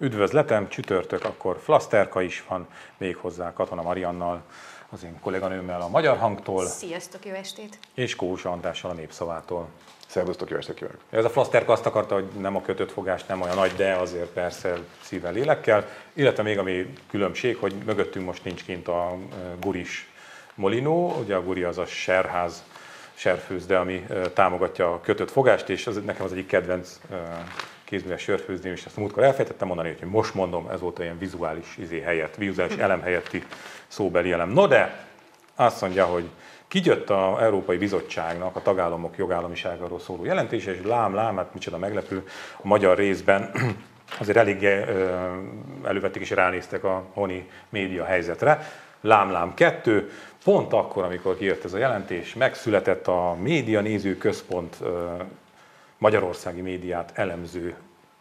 Üdvözletem, csütörtök, akkor Flaszterka is van, méghozzá Katona Mariannal, az én kolléganőmmel a Magyar Hangtól. Sziasztok, jó estét! És Kósa Andrással a Népszavától. Szervusztok, jó estét kívánok! Ez a Flaszterka azt akarta, hogy nem a kötött fogás, nem olyan nagy, de azért persze szívvel, lélekkel. Illetve még ami különbség, hogy mögöttünk most nincs kint a Guris Molinó, ugye a Guri az a serház, serfőzde, ami támogatja a kötött fogást, és nekem az egyik kedvenc kézműves sörfőzném, és ezt múltkor elfejtettem mondani, hogy most mondom, ez volt olyan vizuális vizuális elem helyetti szóbeli elem. No de, azt mondja, hogy kijött az Európai Bizottságnak a tagállamok jogállamiságáról szóló jelentése, és lám, hát micsoda meglepő, a magyar részben azért eléggé elővették és ránéztek a honi média helyzetre. Lám 2, pont akkor, amikor kijött ez a jelentés, megszületett a Média Néző Központ magyarországi médiát elemző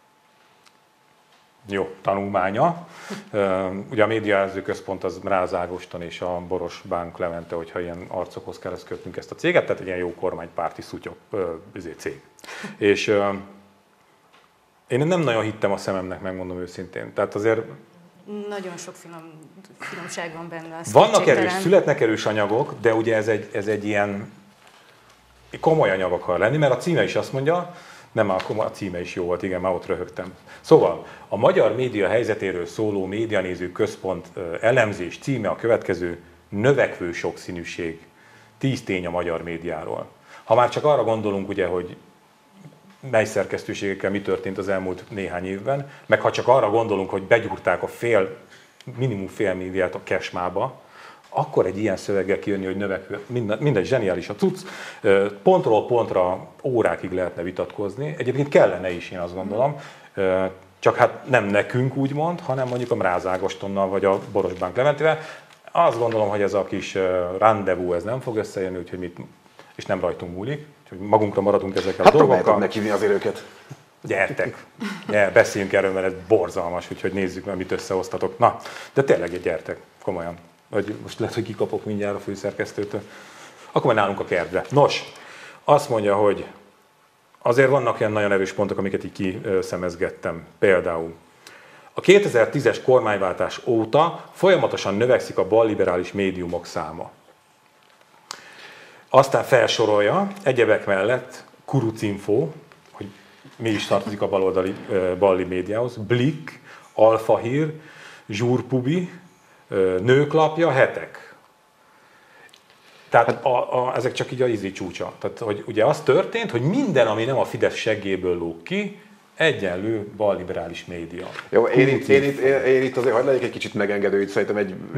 tanulmánya. Ugye a Médiajelző Központ az Mráz Ágoston és a Boros Bánk Levente, hogyha ilyen arcokhoz kell kötnünk ezt a céget, tehát egy ilyen jó kormánypárti szutyok cég. És én nem nagyon hittem a szememnek, megmondom őszintén. Tehát azért nagyon sok finomság van benne. Vannak születnek erős anyagok, de ugye ez egy ilyen komoly anyag akar lenni, mert a címe is azt mondja, nem, a címe is jó volt, igen, már ott röhögtem. Szóval a magyar média helyzetéről szóló Médianéző Központ elemzés címe a következő: növekvő sokszínűség, 10 tény a magyar médiáról. Ha már csak arra gondolunk, ugye, hogy mely szerkesztőségekkel mi történt az elmúlt néhány évben, meg ha csak arra gondolunk, hogy begyúrták a minimum fél milliárd a kesmába, akkor egy ilyen szöveggel kijönni, hogy növekvő, mindegy, zseniális a cucc, pontról pontra órákig lehetne vitatkozni, egyébként kellene is, én azt gondolom, csak hát nem nekünk úgymond, hanem mondjuk a Mráz Ágostonnal vagy a Boros Bánk Leventével. Azt gondolom, hogy ez a kis rendezvú, ez nem fog összejönni, úgyhogy és nem rajtunk múlik, úgyhogy magunkra maradunk ezekkel a dolgokkal. Hát próbáltam meghívni azért őket. Gyertek, beszéljünk erről, mert ez borzalmas, úgyhogy nézzük meg, mit összehoztatok. Na, de tényleg gyertek, komolyan. Vagy most lehet, hogy kikapok mindjárt a főszerkesztőtől. Akkor majd nálunk a kertbe. Nos, azt mondja, hogy azért vannak ilyen nagyon erős pontok, amiket így kiszemezgettem. Például a 2010-es kormányváltás óta folyamatosan növekszik a balliberális médiumok száma. Aztán felsorolja egyebek mellett Kurucinfo, hogy mi is tartozik a baloldali balli médiához, Blik, Alfa Hír, Zsúrpubi, Nőklapja, Hetek. Tehát ezek csak így a ízi csúcsa. Tehát, hogy ugye az történt, hogy minden, ami nem a Fidesz seggéből lóg ki, egyenlő balliberális média. Jó, én itt azért hagyd legyek egy kicsit megengedő, itt szerintem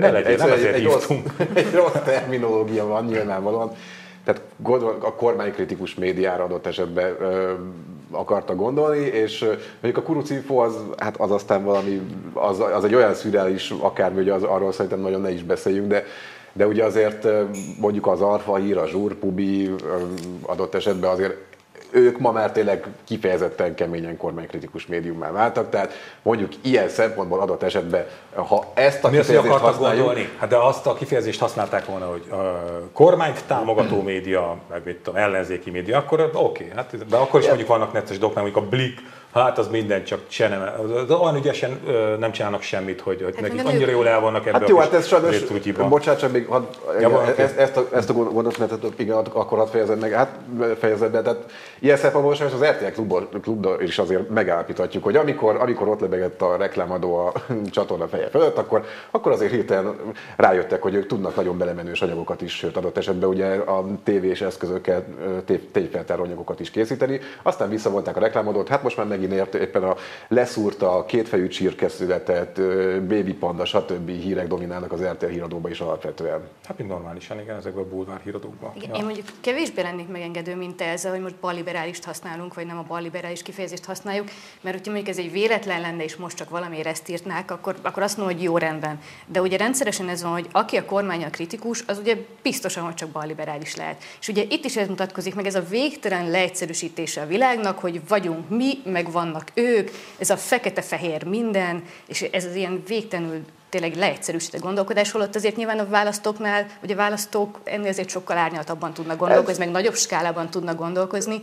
egy rossz terminológia van nyilvánvalóan. Tehát a kormánykritikus médiára adott esetben akarta gondolni, és mondjuk a Kurucinfo az aztán valami, az egy olyan szürreális akármi, hogy arról szerintem nagyon ne is beszéljünk, de ugye azért mondjuk az Alfa Hír, a Zsúrpubi adott esetben azért ők ma már tényleg kifejezetten keményen kormánykritikus médiummá váltak, tehát mondjuk ilyen szempontból adott esetben, ha ezt a kifejezést használjuk... Hát de azt a kifejezést használták volna, hogy kormányt támogató média, meg mit tudom, ellenzéki média, akkor oké, hát, de akkor is mondjuk vannak necces dolgok, mondjuk a Blik, hát az minden, csak se nem, olyan ügyesen nem csinálnak semmit, hogy nekik annyira jól el vannak ebben a kis létrútyiban. Bocsánat, csak még ezt a gondolatot igen, akkor hadd fejezed meg, fejezed be, tehát ilyen szempontból az RTL klubban is azért megállapíthatjuk, hogy amikor ott lebegett a reklámadó a csatorna feje fölött, akkor azért hirtelen rájöttek, hogy ők tudnak nagyon belemenős anyagokat is, sőt adott esetben ugye a tévés eszközökkel tényfeltáró anyagokat is készíteni, aztán visszavonták a reklámadót, hát most már megint éppen leszúrta a kétfejű csirkeszületet, baby panda, stb. Hírek dominálnak az RTL híradóban is alapvetően. Hát mind normálisan, igen, ezekben a bulvár híradókban. Ja. Én mondjuk kevésbé lennék megengedő, mint te ezzel, hogy most balliberális használunk, vagy nem a balliberális kifejezést használjuk, mert hogyha mondjuk ez egy véletlen lenne, és most csak valamiért ezt írtnák, akkor azt mondom, hogy jó, rendben. De ugye rendszeresen ez van, hogy aki a kormánnyal kritikus, az ugye biztosan, hogy csak balliberális lehet. És ugye itt is ez mutatkozik meg, ez a végtelen leegyszerűsítése a világnak, hogy vagyunk mi, meg vannak ők, ez a fekete-fehér minden, és ez az ilyen végtelenül tényleg leegyszerűsített gondolkodás, holott azért nyilván a választóknál, vagy a választók ennél azért sokkal árnyaltabban tudnak gondolkozni, meg nagyobb skálában tudnak gondolkozni.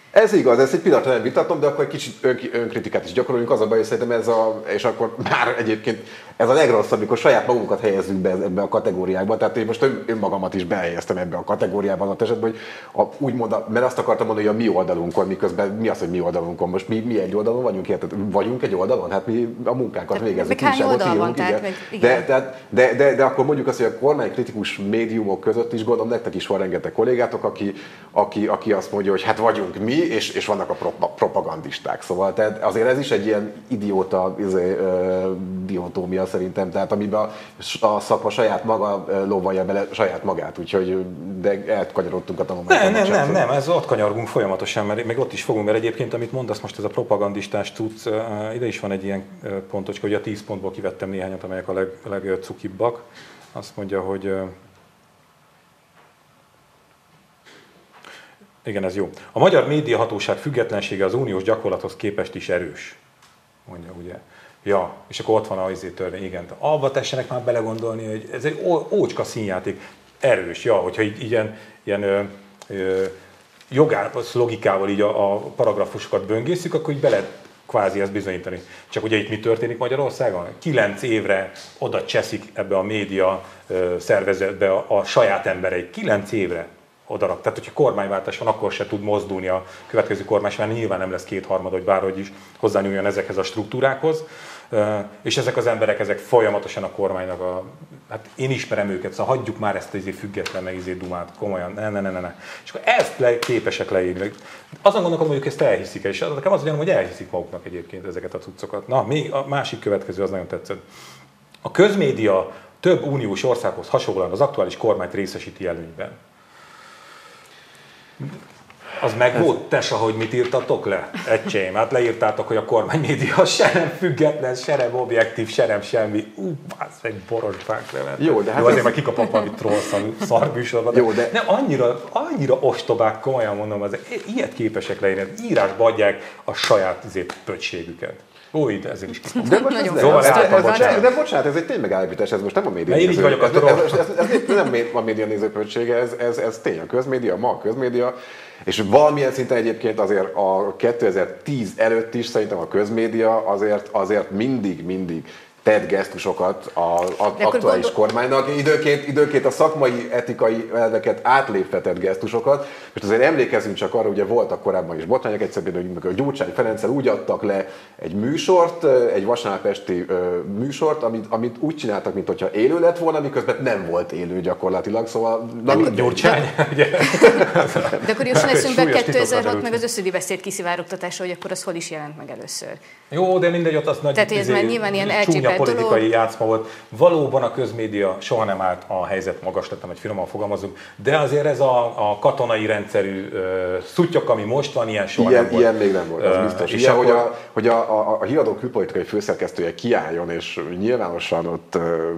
Ez igaz, ezt egy pillanatra nem vitatom, de akkor egy kicsit önkritikát is gyakoroljunk. Az a baj, hogy szerintem és akkor már egyébként ez a legrosszabb, amikor saját magunkat helyezzük be ebbe a kategóriákba. Tehát én most önmagamat is behelyeztem ebbe a kategóriában az esetben, hogy mert azt akartam mondani, hogy a mi oldalunkon, miközben mi az, hogy mi oldalunkon? Most mi egy oldalon vagyunk, vagyunk egy oldalon? Hát mi a munkánkat végezzük. Hány oldal van? De akkor mondjuk azt, hogy a kormánykritikus médiumok között is gondolom, nektek is van rengeteg kollégátok, aki azt mondja, hogy hát vagyunk mi, és vannak a propagandisták. Szóval tehát azért ez is egy ilyen idióta dihotómia szerintem, tehát amiben a szakma saját maga lóvalja bele saját magát, úgyhogy de elkanyarodtunk a tanulmányban. Nem, ez ott kanyargunk folyamatosan, mert még ott is fogunk, mert egyébként amit mondasz most, ez a propagandistás tudsz, ide is van egy ilyen pontocska, hogy a 10 pontból kivettem néhányat, amelyek a legcukibbak. Azt mondja, hogy igen, ez jó. A magyar médiahatóság függetlensége az uniós gyakorlathoz képest is erős, mondja ugye. Ja, és akkor ott van a törvény, igen. Abba tessenek már belegondolni, hogy ez egy ócska színjáték, erős, ja, hogyha ilyen jogász logikával így a paragrafusokat böngészük, akkor így bele kvázi ezt bizonyítani. Csak ugye itt mi történik Magyarországon? 9 évre oda cseszik ebbe a média szervezetbe a saját emberei. 9 évre odarak. Tehát, hogyha kormányváltás van, akkor se tud mozdulni a következő kormány, mert nyilván nem lesz kétharmad, hogy bárhogy is hozzányúljon ezekhez a struktúrákhoz. És ezek az emberek, ezek folyamatosan a kormánynak hát én ismerem őket, szóval hagyjuk már ezt az független meg dumát, komolyan, ne. És akkor ezt képesek leírni. Azon gondolkodom, hogy ők ezt elhiszik, és nekem az ugyanúgy, hogy elhiszik maguknak egyébként ezeket a cuccokat. Na, még a másik következő, az nagyon tetszett. A közmédia több uniós országhoz hasonlóan az aktuális kormányt részesíti előnyben. Az meg volt, tesa, hogy mit írtatok le? Egysém, hát leírtátok, hogy a kormánymédia se nem független, se nem objektív, se nem semmi. Az egy borosbánk levet. Jó, de hát azért már kikapok valami trollszarműsorban. Jó, de nem, annyira ostobák, komolyan mondom, ilyet képesek leírni, írásba adják a saját pöcsségüket. Ó, itt ezért is kifogom. De bocsánat, ez egy ténymegállapítás, ez most nem a média néző. Ez nem a média nézőpöttsége, ez tény a közmédia, ma a közmédia. És valamilyen szinten egyébként azért a 2010 előtt is szerintem a közmédia azért mindig tett gesztusokat az aktuális kormánynak, időnként a szakmai, etikai elveket átlépve tett gesztusokat. Most azért emlékezzünk csak arra, ugye voltak korábban is botrányok, egyszerűen, hogy a Gyurcsány Ferenccel úgy adtak le egy műsort, egy vasárnap esti műsort, amit úgy csináltak, mintha élő lett volna, miközben nem volt élő gyakorlatilag, szóval... Gyurcsány? De akkor jusson eszünkbe 2006 meg az összödi beszéd kiszivárogtatása, hogy akkor az hol is jelent meg először. Jó, de mindegy, ott az nagy... Tehát ez már nyilván ilyen elcsépelt politikai játszma volt. Valóban a közmédia soha nem állt a helyzet magaslatán, hogy finoman fogalmazunk, de azért ez a katonai rendszerű szuttyok, ami most van, ilyen soha nem volt. Ilyen még nem volt, az biztos. Ilyen, akkor... hogy a híradó külpolitikai főszerkesztője kiálljon, és nyilvánosan ott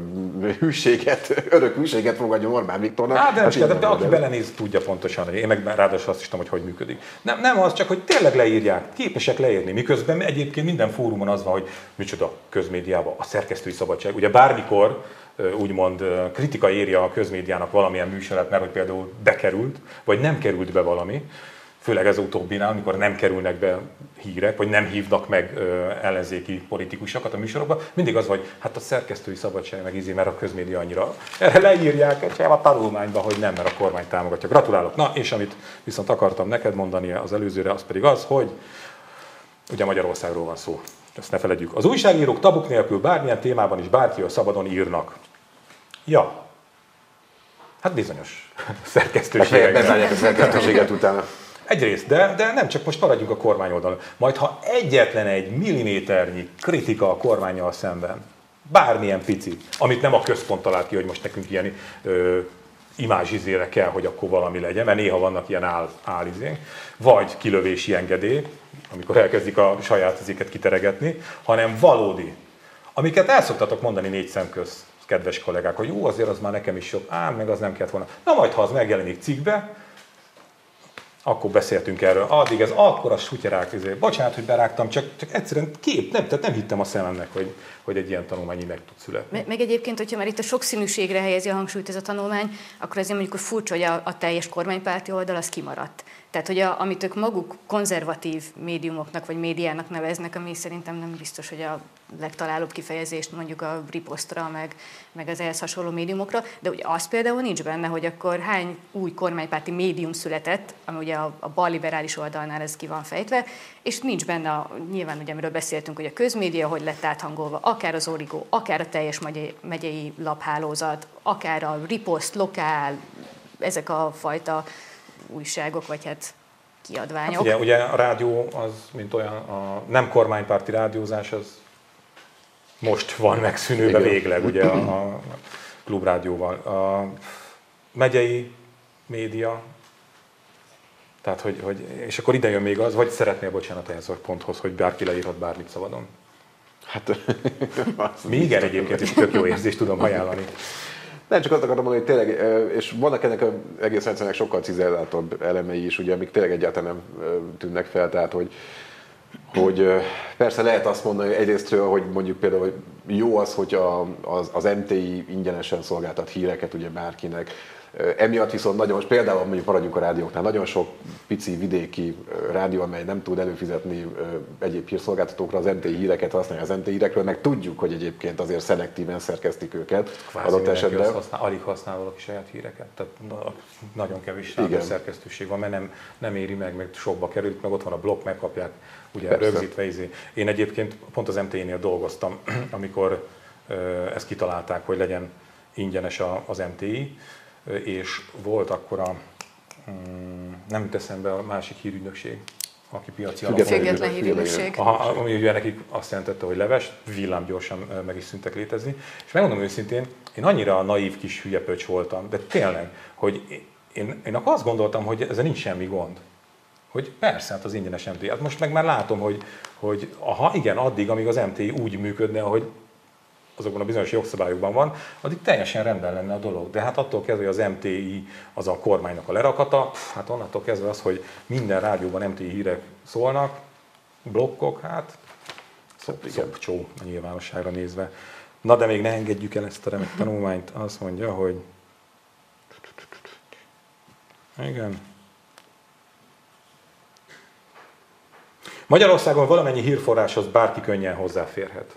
örök hűséget fogadjon Orbán Viktornak. De aki belenéz, tudja pontosan, hogy én meg ráadásul azt is tudom, hogy működik. Nem az, csak hogy tényleg leírják, képesek leírni, miközben egyébként minden fórumon az van, hogy micsoda közmédiában a szerkesztői szabadság. Ugye bármikor úgymond kritika éri a közmédiának valamilyen műsorát, mert hogy például bekerült, vagy nem került be valami, főleg ez utóbbinál, amikor nem kerülnek be hírek, vagy nem hívnak meg ellenzéki politikusokat a műsorokba, mindig az, hogy hát a szerkesztői szabadság meg mert a közmédia annyira erre leírják a tanulmányba, hogy nem, mert a kormány támogatja. Gratulálok! Na, és amit viszont akartam neked mondani az előzőre, az pedig az, hogy ugye Magyarországról van szó. Ezt ne feledjük. Az újságírók tabuk nélkül bármilyen témában is bárkiről szabadon írnak. Ja. Hát bizonyos szerkesztőségek. Bezárják a szerkesztőséget utána. Egyrészt, de nem csak most maradjunk a kormány oldalon. Majd ha egyetlen egy milliméternyi kritika a kormánnyal szemben, bármilyen pici, amit nem a központ talált ki, hogy most nekünk ilyen imázsizére kell, hogy akkor valami legyen, mert néha vannak ilyen álizénk, vagy kilövési engedély, amikor elkezdik a saját izéket kiteregetni, hanem valódi. Amiket el szoktatok mondani 4 szem közt, kedves kollégák, hogy jó, azért az már nekem is jobb, meg az nem kellett volna. Na majd, ha az megjelenik cikkbe, akkor beszéltünk erről. Addig ez akkora sutyarák, bocsánat, hogy berágtam, csak egyszerűen tehát nem hittem a szememnek, hogy egy ilyen tanulmány meg tud születni. Meg egyébként, hogyha már itt a sokszínűségre helyezi a hangsúlyt ez a tanulmány, akkor azért mondjuk, hogy furcsa, hogy a teljes kormánypárti oldal az kimaradt. Tehát, hogy amit ők maguk konzervatív médiumoknak vagy médiának neveznek, ami szerintem nem biztos, hogy a legtalálóbb kifejezést mondjuk a riposztra, meg az ehhez hasonló médiumokra, de ugye az például nincs benne, hogy akkor hány új kormánypárti médium született, ami ugye a balliberális oldalnál ez ki van fejtve, és nincs benne, nyilván ugye amiről beszéltünk, hogy a közmédia hogy lett áthangolva, akár az Origo, akár a teljes megyei laphálózat, akár a riposzt, lokál, ezek a fajta újságok, vagy hát kiadványok. Hát ugye a rádió az, mint olyan, a nem kormánypárti rádiózás, az most van megszűnőbe végleg, ugye a klubrádióval. A megyei média, tehát és akkor ide jön még az, vagy szeretnél, bocsánat, ehhez a ponthoz, hogy bárki leírhat bármit szabadon. Hát, mi igen, egyébként is tök jó érzést tudom ajánlani. Nem, csak azt akartam mondani, hogy tényleg, és vannak ennek az egész rendszernek sokkal cizelláltabb elemei is, ugye, amik tényleg egyáltalán nem tűnnek fel, tehát hogy persze lehet azt mondani, hogy egyrésztről, hogy mondjuk például hogy jó az, hogy az MTI ingyenesen szolgáltat híreket ugye bárkinek. Emiatt viszont nagyon, például mondjuk maradjunk a rádióknál, nagyon sok pici vidéki rádió, amely nem tud előfizetni egyéb hírszolgáltatókra, az MTI híreket használja az MTI hírekről, meg tudjuk, hogy egyébként azért szelektíven szerkesztik őket. Kvázi adott esetben. Alig használ valaki saját híreket, tehát nagyon kevés szerkesztőség van, mert nem éri meg sokba került, meg ott van a blokk, megkapják ugye rögzítve. Én egyébként pont az MTI-nél dolgoztam, amikor ezt kitalálták, hogy legyen ingyenes az MTI, és volt akkor nem jut eszembe a másik hírügynökség, aki piaci alapon. Független hírügynökség. Ami ugye nekik azt jelentette, hogy leves, villámgyorsan meg is szűntek létezni. És megmondom őszintén, én annyira naív kis hülyepöcs voltam, de tényleg, hogy én akkor azt gondoltam, hogy ezzel nincs semmi gond. Hogy persze, hát az ingyenes MTI. Hát most meg már látom, hogy igen, addig, amíg az MTI úgy működne, ahogy azokban a bizonyos jogszabályokban van, addig teljesen rendben lenne a dolog. De hát attól kezdve, hogy az MTI az a kormánynak a lerakata, hát onnantól kezdve az, hogy minden rádióban MTI hírek szólnak, blokkok, hát szopcsó a nyilvánosságra nézve. Na de még ne engedjük el ezt a remek tanulmányt, azt mondja, hogy igen. Magyarországon valamennyi hírforráshoz bárki könnyen hozzáférhet.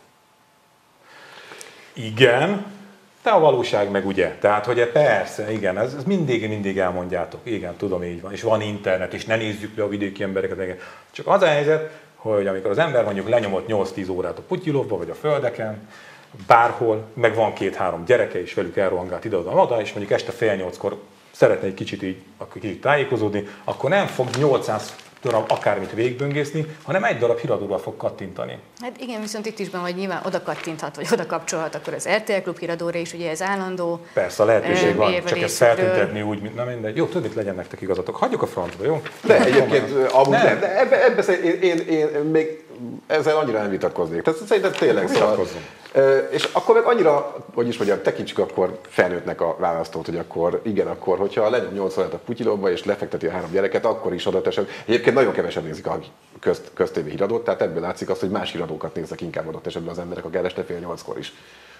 Igen, de a valóság meg ugye. Tehát, hogy persze, igen, ez mindig elmondjátok. Igen, tudom, így van. És van internet, és ne nézzük le a vidéki embereket. Igen. Csak az a helyzet, hogy amikor az ember mondjuk lenyomott 8-10 órát a Putyilovba, vagy a földeken, bárhol, meg van 2-3 gyereke, és velük elrohangált ide-oda, és mondjuk este fél 8-kor szeretne egy kicsit tájékozódni, akkor nem fog 800 darab akármit végigböngészni, hanem egy darab híradóra fog kattintani. Hát igen, viszont itt is van, hogy nyilván oda kattinthat, vagy oda kapcsolhat akkor az RTL Klub híradóra is, ugye ez állandó. Persze, a lehetőség van, csak ezt feltüntetni úgy, mint na mindegy. Jó, tudod, legyen nektek igazatok. Hagyjuk a francba, jó? De egyébként amúgy nem. De ebbe én még ezzel annyira nem vitatkoznék. Tehát szerintem tényleg és akkor meg annyira, hogy is mondjam, tekintsük akkor felnőttnek a választót, hogy akkor igen, akkor, hogyha lenyom 8 órát a Putyilomba és lefekteti a 3 gyereket, akkor is adott esetben. Egyébként nagyon kevesen nézik a köztévé híradót, tehát ebből látszik azt, hogy más híradókat néznek inkább adott esetben az emberek akár este fél 8-kor is.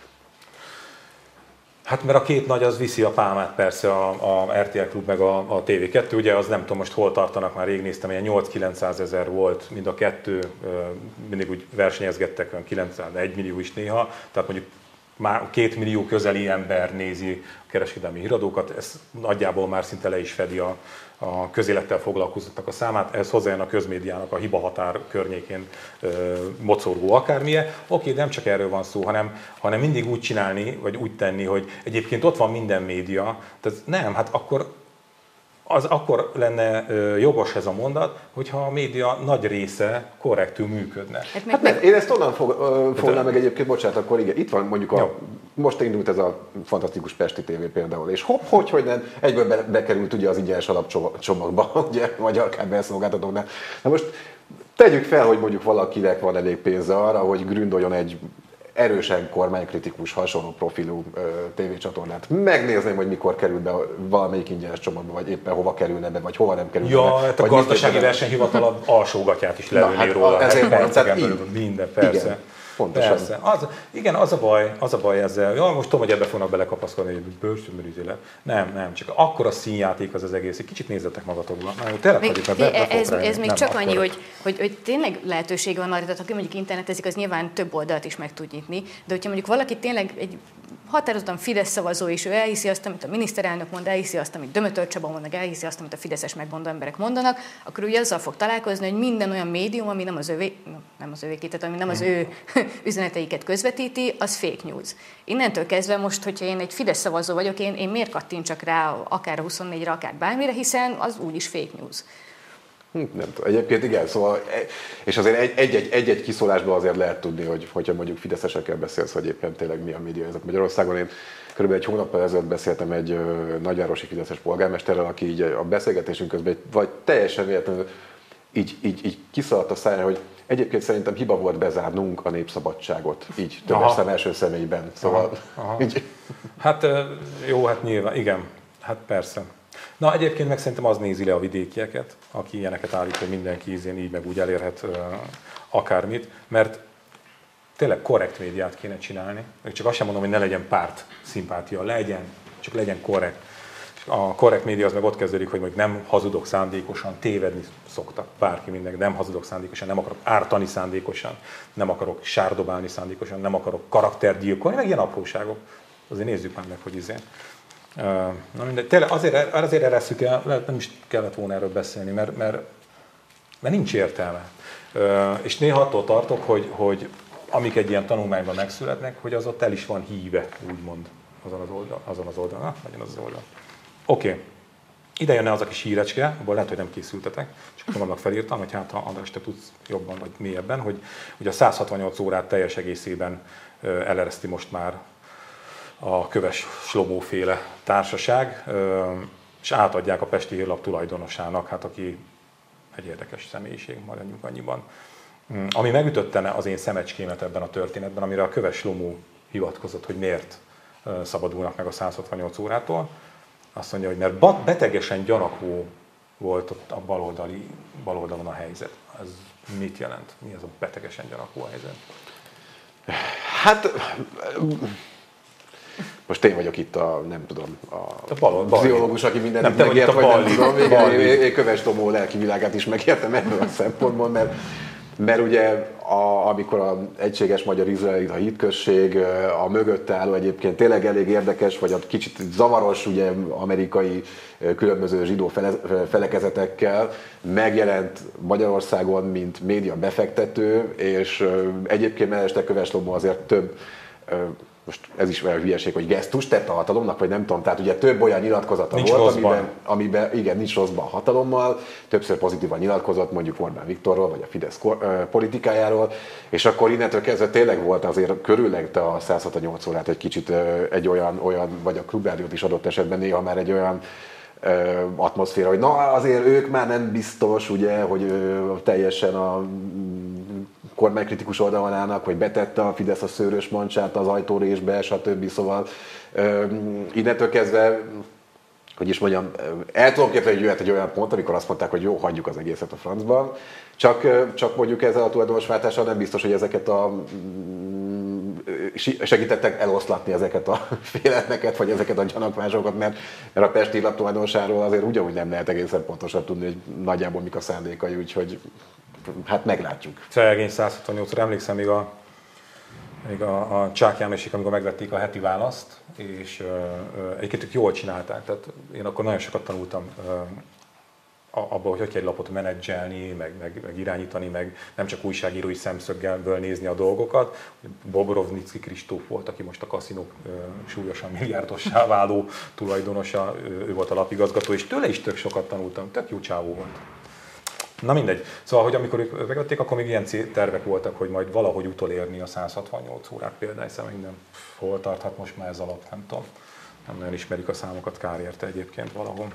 Hát mert a két nagy az viszi a pálmát persze, a RTL Klub meg a TV2, ugye az nem tudom most hol tartanak, már rég néztem, ilyen 8-900 ezer volt mind a kettő, mindig úgy versenyezgettek, olyan 901 millió is néha, tehát mondjuk már 2 millió közeli ember nézi a kereskedelmi híradókat, ez nagyjából már szinte le is fedi a közélettel foglalkozottak a számát, ehhez hozzájön a közmédiának a hibahatár környékén mocorgó akármilyen. Oké, de nem csak erről van szó, hanem mindig úgy csinálni, vagy úgy tenni, hogy egyébként ott van minden média, tehát nem, hát akkor lenne jogos ez a mondat, hogyha a média nagy része korrektül működne. Hát nem, én ezt onnan fognám meg egyébként, bocsánat, akkor igen, itt van mondjuk most indult ez a fantasztikus Pesti TV például, és hogy nem, egyből bekerült ugye az ingyenes alapcsomagba, ugye, magyar kábelszolgáltatóknál. Na most tegyük fel, hogy mondjuk valakinek van elég pénze arra, hogy gründoljon egy erősen kormánykritikus, hasonló profilú tévécsatornát. Megnézném, hogy mikor kerül be valamelyik ingyenes csomagba, vagy éppen hova kerülne be, vagy hova nem kerülne be. Ja, hát a gazdasági versenyhivatal alsógatját is lelőné róla. Ezért van, minden, persze. Igen. Pontosan. Persze. Igen, az a baj ezzel. Ja, most tudom, hogy ebbe fognak belekapaszkodni, hogy bőrszömörűzélet. Nem, csak akkora színjáték az egész. Egy kicsit nézzetek magatokba. Ez még csak annyi, hogy tényleg lehetőség van arra, tehát aki mondjuk internetezik, az nyilván több oldalt is meg tud nyitni, de hogyha mondjuk valaki tényleg egy határozottan Fidesz szavazó, és ő elhiszi azt, amit a miniszterelnök mond, elhiszi azt, amit Dömötör Csaba mond, elhiszi azt, amit a fideszes megmondó emberek mondanak, akkor ugye azzal fog találkozni, hogy minden olyan médium, ami nem az övéké, tehát ami nem az ő üzeneteiket közvetíti, az fake news. Innentől kezdve most, hogyha én egy Fidesz szavazó vagyok, én miért kattintsak rá akár a 24-re, akár bármire, hiszen az úgyis fake news. Nem tudom, egyébként igen, szóval, és azért egy-egy kiszólásban azért lehet tudni, hogyha mondjuk fideszesekkel beszélsz, hogy éppen tényleg mi a média ez Magyarországon. Én körülbelül egy hónappal ezelőtt beszéltem egy nagyvárosi fideszes polgármesterrel, aki így a beszélgetésünk közben vagy teljesen véletlenül így kiszaladt a szájára, hogy egyébként szerintem hiba volt bezárnunk a népszabadságot, így többes szám első személyben. Szóval, aha. Így. Hát jó, hát nyilván, igen, hát persze. Na egyébként meg szerintem az nézi le a vidékieket, aki ilyeneket állít, hogy mindenki így meg úgy elérhet akármit, mert tényleg korrekt médiát kéne csinálni. Csak azt sem mondom, hogy ne legyen párt szimpátia, csak legyen korrekt. A korrekt média az meg ott kezdődik, hogy mondjuk nem hazudok szándékosan, tévedni szoktak bárki mindenki, nem hazudok szándékosan, nem akarok ártani szándékosan, nem akarok sárdobálni szándékosan, nem akarok karaktergyilkolni, meg ilyen apróságok. Azért nézzük már meg, hogy Na mindegy, tényleg azért eresszük el, nem is kellett volna erről beszélni, mert nincs értelme. És néha attól tartok, hogy amik egy ilyen tanulmányban megszületnek, hogy az ott el is van híve, úgymond, azon az oldalon. Legyen az oldal. Oké. Ide jönne az a kis hírecske, abból lehet, hogy nem készültetek, csak magamnak felírtam, hogy hát ha András, te tudsz jobban vagy mélyebben, hogy a 168 órát teljes egészében elereszti most már a Köves Slobó-féle társaság, és átadják a Pesti Hírlap tulajdonosának, hát aki egy érdekes személyiség, maradjunk annyiban. Ami megütötte az én szemecskémet ebben a történetben, amire a Köves Slomó hivatkozott, hogy miért szabadulnak meg a 168 órától, azt mondja, hogy mert betegesen gyanakvó volt ott a baloldalon a helyzet. Ez mit jelent? Mi az a betegesen gyanakvó helyzet? Hát... Most én vagyok itt nem tudom, a pszichológus, aki mindent megért, vagy nem tudom. Én Köves Tomó lelki világát is megértem ebből a szempontból, mert ugye amikor az egységes magyar-izraelita hitközség, a mögötte álló egyébként tényleg elég érdekes, vagy a kicsit zavaros ugye amerikai különböző zsidó felekezetekkel megjelent Magyarországon, mint média befektető, és egyébként mellesleg Köves Tomó azért több most ez is olyan hülyeség, hogy gesztust tett a hatalomnak, vagy nem tudom, tehát ugye több olyan nyilatkozata nincs volt, amiben igen, nincs rosszban a hatalommal, többször pozitívan nyilatkozott mondjuk Orbán Viktorról, vagy a Fidesz politikájáról, és akkor innentől kezdve tényleg volt azért körüllegte a 168 órát egy kicsit egy olyan vagy a Klubrádiót is adott esetben néha már egy olyan atmoszféra, hogy na azért ők már nem biztos, ugye, hogy teljesen a kormánykritikus oldalon állnak, hogy betette a Fidesz a szőrös mancsát az ajtórésbe, stb. Szóval innentől kezdve, hogy is mondjam, el tudom képzelni, hogy jöhet egy olyan pont, amikor azt mondták, hogy jó, hagyjuk az egészet a francban, csak mondjuk ezzel a tulajdonosváltással nem biztos, hogy ezeket segítettek eloszlatni ezeket a félelmeket, vagy ezeket a gyanakvásokat, mert a Pesti Hírlap tulajdonosáról azért ugyanúgy nem lehet egészen pontosan tudni, hogy nagyjából mik a szándékai, úgyhogy hát meglátjuk. Szegény 168-ra emlékszem, még a Csák Jánosék, amikor megvették a heti választ, és egyébként ők jól csinálták, tehát én akkor nagyon sokat tanultam abban, hogy kell egy lapot menedzselni, meg irányítani, meg nem csak újságírói szemszögből nézni a dolgokat. Bobrovnicki Kristóf volt, aki most a kaszinók súlyosan milliárdossá váló tulajdonosa, ő volt a lapigazgató, és tőle is tök sokat tanultam, tök jó csávó volt. Na mindegy. Szóval, hogy amikor ők megvették, akkor még ilyen tervek voltak, hogy majd valahogy utolérni a 168 órát például, hiszen minden hol tarthat most már ez alap, nem tudom. Nem nagyon ismerik a számokat, kár érte egyébként valahol.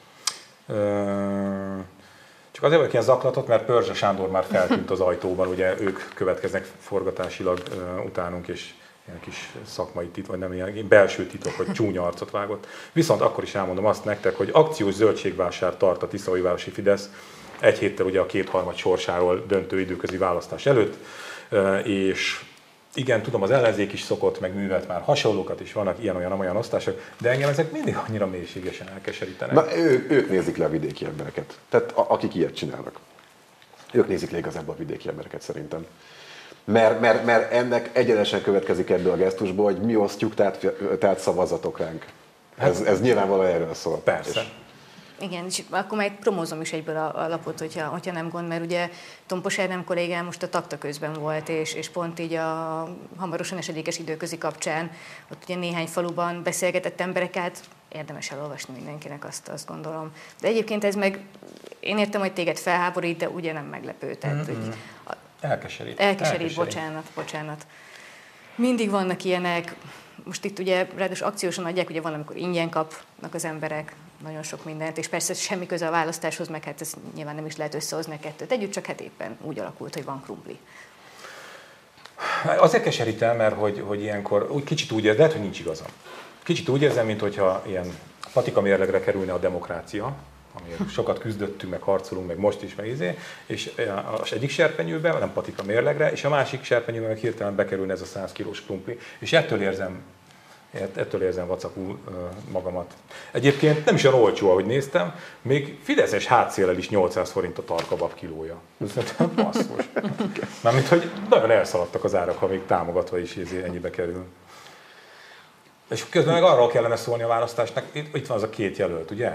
Csak azért vagyok ilyen zaklatott, mert Pörzse Sándor már feltűnt az ajtóban, ugye ők következnek forgatásilag utánunk, és ilyen kis szakmai titok, vagy nem ilyen belső titok, hogy csúnya arcot vágott. Viszont akkor is elmondom azt nektek, hogy akciós zöldségvásár tart a Tiszaújvárosi Fidesz, egy héttel ugye a kétharmad sorsáról döntő időközi választás előtt, és igen, tudom, az ellenzék is szokott, meg művelt már hasonlókat is, vannak ilyen-olyan osztások, de engem ezek mindig annyira mélységesen elkeserítenek. Na, ők nézik le a vidéki embereket. Tehát akik ilyet csinálnak. Ők nézik le igazából a vidéki embereket szerintem. Mert ennek egyenesen következik ebből a gesztusból, hogy mi osztjuk, tehát szavazatok ránk. Ez nyilvánvalóan erről szól. Persze. Igen, és akkor majd promózom is egyből a lapot, hogyha nem gond, mert ugye Tompos Ádám kollégám most a Takta közben volt, és pont így a hamarosan esedékes időközi kapcsán, ott ugye néhány faluban beszélgetett embereket, érdemes elolvasni mindenkinek, azt gondolom. De egyébként ez meg, én értem, hogy téged felháborít, de ugye nem meglepő. Tehát, Elkeserít, bocsánat. Mindig vannak ilyenek, most itt ugye ráadásul akciósan adják, ugye van, amikor ingyen kapnak az emberek nagyon sok mindent, és persze semmi köze a választáshoz, meg hát ez nyilván nem is lehet összehozni a kettőt együtt, csak hát éppen úgy alakult, hogy van krumpli. Azért keserít el, mert hogy ilyenkor úgy kicsit úgy érzem, lehet, hogy nincs igazam. Kicsit úgy érzem, mintha ilyen patika mérlegre kerülne a demokrácia, amiért sokat küzdöttünk, meg harcolunk, meg most is, és az egyik serpenyőben, nem patika mérlegre, és a másik serpenyőben meg hirtelen bekerülne ez a 100 kilós krumpli, és ettől érzem vacakul magamat. Egyébként nem is olyan olcsó, ahogy néztem, még fideszes hátszéllel is 800 forint a tarkabab kilója. Ez basszus. Mármint, hogy nagyon elszaladtak az árak, ha még támogatva is ennyibe kerül. És közben meg arról kellene szólni a választásnak, itt van az a két jelölt, ugye?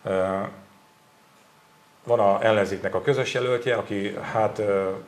Van az ellenzéknek a közös jelöltje, aki hát,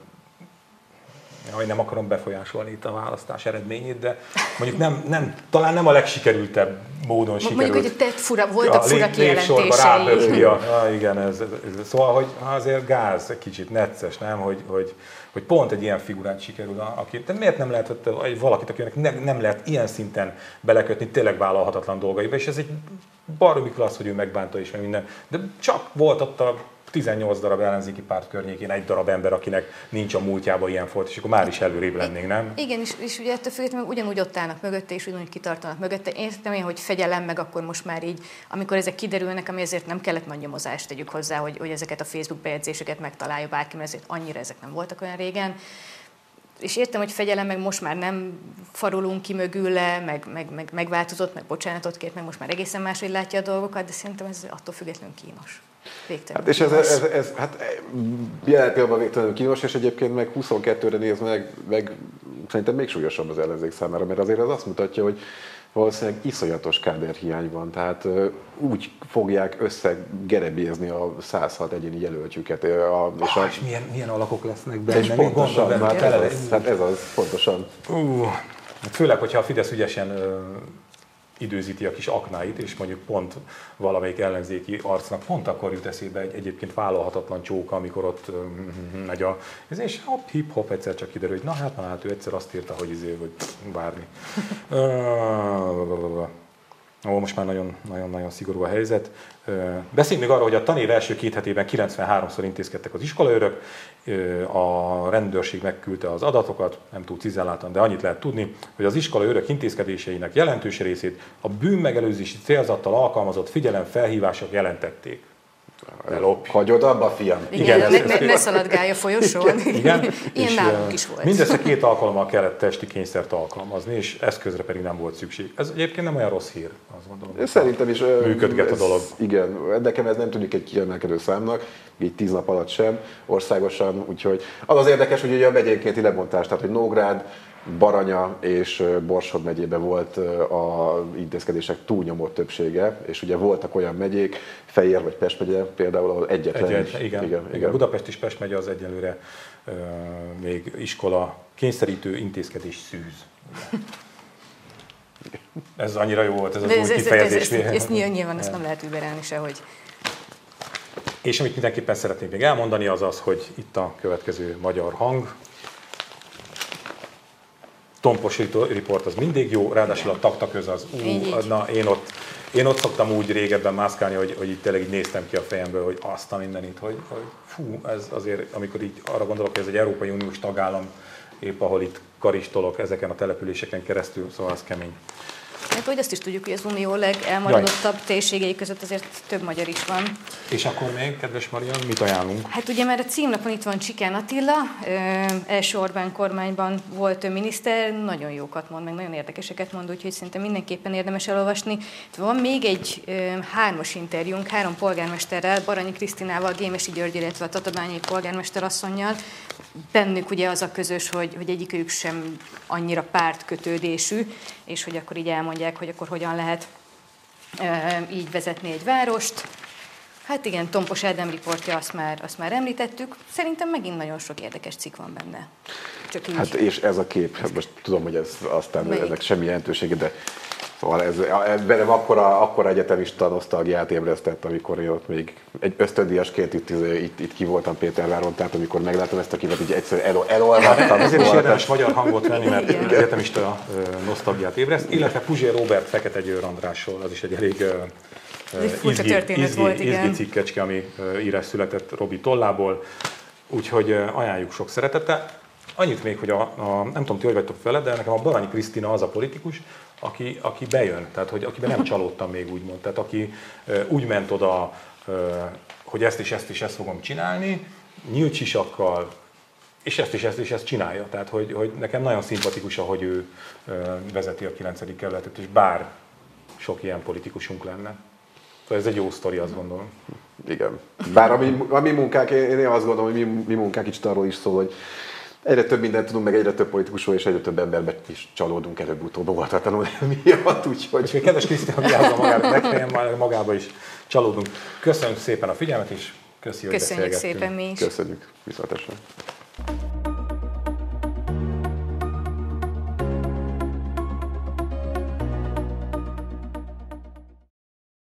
nem akarom befolyásolni itt a választás eredményét, de mondjuk talán nem a legsikerültebb módon sikerült. Mondjuk, hogy voltak fura kijelentései. Igen, szóval, hogy azért gáz, egy kicsit necces, nem? Hogy pont egy ilyen figurát sikerül, de miért nem lehet valakit, akinek nem lehet ilyen szinten belekötni tényleg vállalhatatlan dolgaiba, és ez egy baromi klassz, hogy ő megbánta is, meg minden, de csak volt ott a 18 darab ellenzéki párt környékén egy darab ember, akinek nincs a múltjában ilyen volt, és akkor már is előrébb lennénk, nem? Igen, és ugye ettől függetlenül ugyanúgy ott állnak mögötte, és ugyanúgy kitartanak mögötte. Értem én, hogy fegyelem meg akkor most már így, amikor ezek kiderülnek, ami ezért nem kellett nagy nyomozást, tegyük hozzá, hogy ezeket a Facebook bejegyzéseket megtalálja bárki, mert ezért annyira ezek nem voltak olyan régen. És értem, hogy fegyelem, meg most már nem farolunk ki mögüle, meg megváltozott, meg bocsánatot kért, meg most már egészen máshogy látja a dolgokat, de szerintem ez attól függetlenül kínos. Hát és ez jelen pillanatban végtelenül kínos, és egyébként meg 22-re néz meg szerintem még súlyosabb az ellenzék számára, mert azért az azt mutatja, hogy valószínűleg iszonyatos káderhiány van, tehát úgy fogják összegerebézni a 106 egyéni jelöltjüket. És milyen alakok lesznek benne? És pontosan, hát ez az, pontosan. Hát főleg, hogyha a Fidesz ügyesen időzíti a kis aknáit, és mondjuk pont valamelyik ellenzéki arcnak pont akkor jut eszébe egy egyébként vállalhatatlan csóka, amikor ott megy és hip-hop egyszer csak kiderül, hogy na hát ő egyszer azt írta, hogy várni. Most már nagyon szigorú a helyzet. Beszéljünk még arról, hogy a tanév első 2 hetében 93-szor intézkedtek az iskolaőrök, a rendőrség megküldte az adatokat, nem túl cizelláltan, de annyit lehet tudni, hogy az iskolaőrök intézkedéseinek jelentős részét a bűnmegelőzési célzattal alkalmazott figyelemfelhívások jelentették. Hagyod abba, fiam? Igen, ne szaladgálj a folyosón. Igen. Ilyen nálunk is volt. Mindössze 2 alkalommal kellett testi kényszert alkalmazni, és eszközre pedig nem volt szükség. Ez egyébként nem olyan rossz hír, azt gondolom. Szerintem is működget a dolog. Igen, nekem ez nem tűnik egy kiemelkedő számnak, így 10 nap alatt sem, országosan, úgyhogy az érdekes, hogy ugye a megyénkénti lebontás, tehát hogy Nógrád, Baranya és Borsod megyében volt az intézkedések túlnyomó többsége, és ugye voltak olyan megyék, Fejér vagy Pest megye például, ahol egyetlen. Igen. Budapest és Pest megye az egyelőre még iskola kényszerítő intézkedés szűz. Ez annyira jó volt, ez az új kifejezés. Ezt nyilván ezt nem lehet überelni sehogy. És amit mindenképpen szeretnék még elmondani, az az, hogy itt a következő magyar hang. Tompos riport az mindig jó, ráadásul a Takta köz az én ott szoktam úgy régebben mászkálni, hogy így tényleg így néztem ki a fejemből, hogy azt a mindenit, hogy fú, ez azért, amikor így arra gondolok, hogy ez egy Európai Uniós tagállam, épp ahol itt karistolok ezeken a településeken keresztül, szóval az kemény. Hát, hogy azt is tudjuk, hogy az Unió legelmaradottabb térségei között azért több magyar is van. És akkor még, kedves Marian, mit ajánlunk? Hát ugye már a címlapon itt van Csikán Attila, első Orbán kormányban volt miniszter, nagyon jókat mond, meg nagyon érdekeseket mond, úgyhogy szerintem mindenképpen érdemes elolvasni. Van még egy 3-as interjúnk, 3 polgármesterrel, Baranyi Krisztinával, Gémesi György, illetve a tatabányai polgármester asszonnyal. Bennük ugye az a közös, hogy egyikőjük sem annyira pártkötődésű, és hogy akkor így elmondják, hogy akkor hogyan lehet így vezetni egy várost. Hát igen, Tompos Ádám riportja, azt már említettük. Szerintem megint nagyon sok érdekes cikk van benne. Csak így. Hát és ez a kép, hát most tudom, hogy ez aztán ennek semmi jelentősége, de szóval ez velem akkora egyetemista nosztalgiát ébresztett, amikor én ott még egy ösztöndíjasként itt ki voltam Péterváron, tehát amikor meglátom ezt a képet, így egyszerűen elolvadtam. Ezért is érdemes magyar hangot venni, mert egyetemista nosztalgiát ébreszt, illetve Puzsér Róbert Fekete Győr Andrásról, az is egy elég izgi cikkecske, ami írás született Robi tollából, úgyhogy ajánljuk sok szeretettel. Annyit még, hogy nem tudom, ti hogy vagytok vele, de nekem a Baranyi Krisztina az a politikus, aki bejön, tehát hogy akiben nem csalódtam még úgymond, tehát aki úgy ment oda, hogy ezt és ezt fogom csinálni, nyílt sisakkal, és ezt csinálja. Tehát, hogy nekem nagyon szimpatikus, ahogy ő vezeti a 9. kerületet, és bár sok ilyen politikusunk lenne. Szóval ez egy jó sztori, azt gondolom. Igen. Bár a mi munkánk, én azt gondolom, hogy mi munkánk kicsit arról is szól, hogy egyre több mindent tudunk, meg egyre több politikusról, és egyre több emberben is csalódunk előbb-utóbb óvatatlanul miatt, úgyhogy... És még kedves Krisztina, vigyázzon magába, ne kelljen magába is csalódunk. Köszönjük szépen a figyelmet, és köszönjük, hogy beszélgettünk. Köszönjük szépen mi is. Köszönjük, viszontlátásra.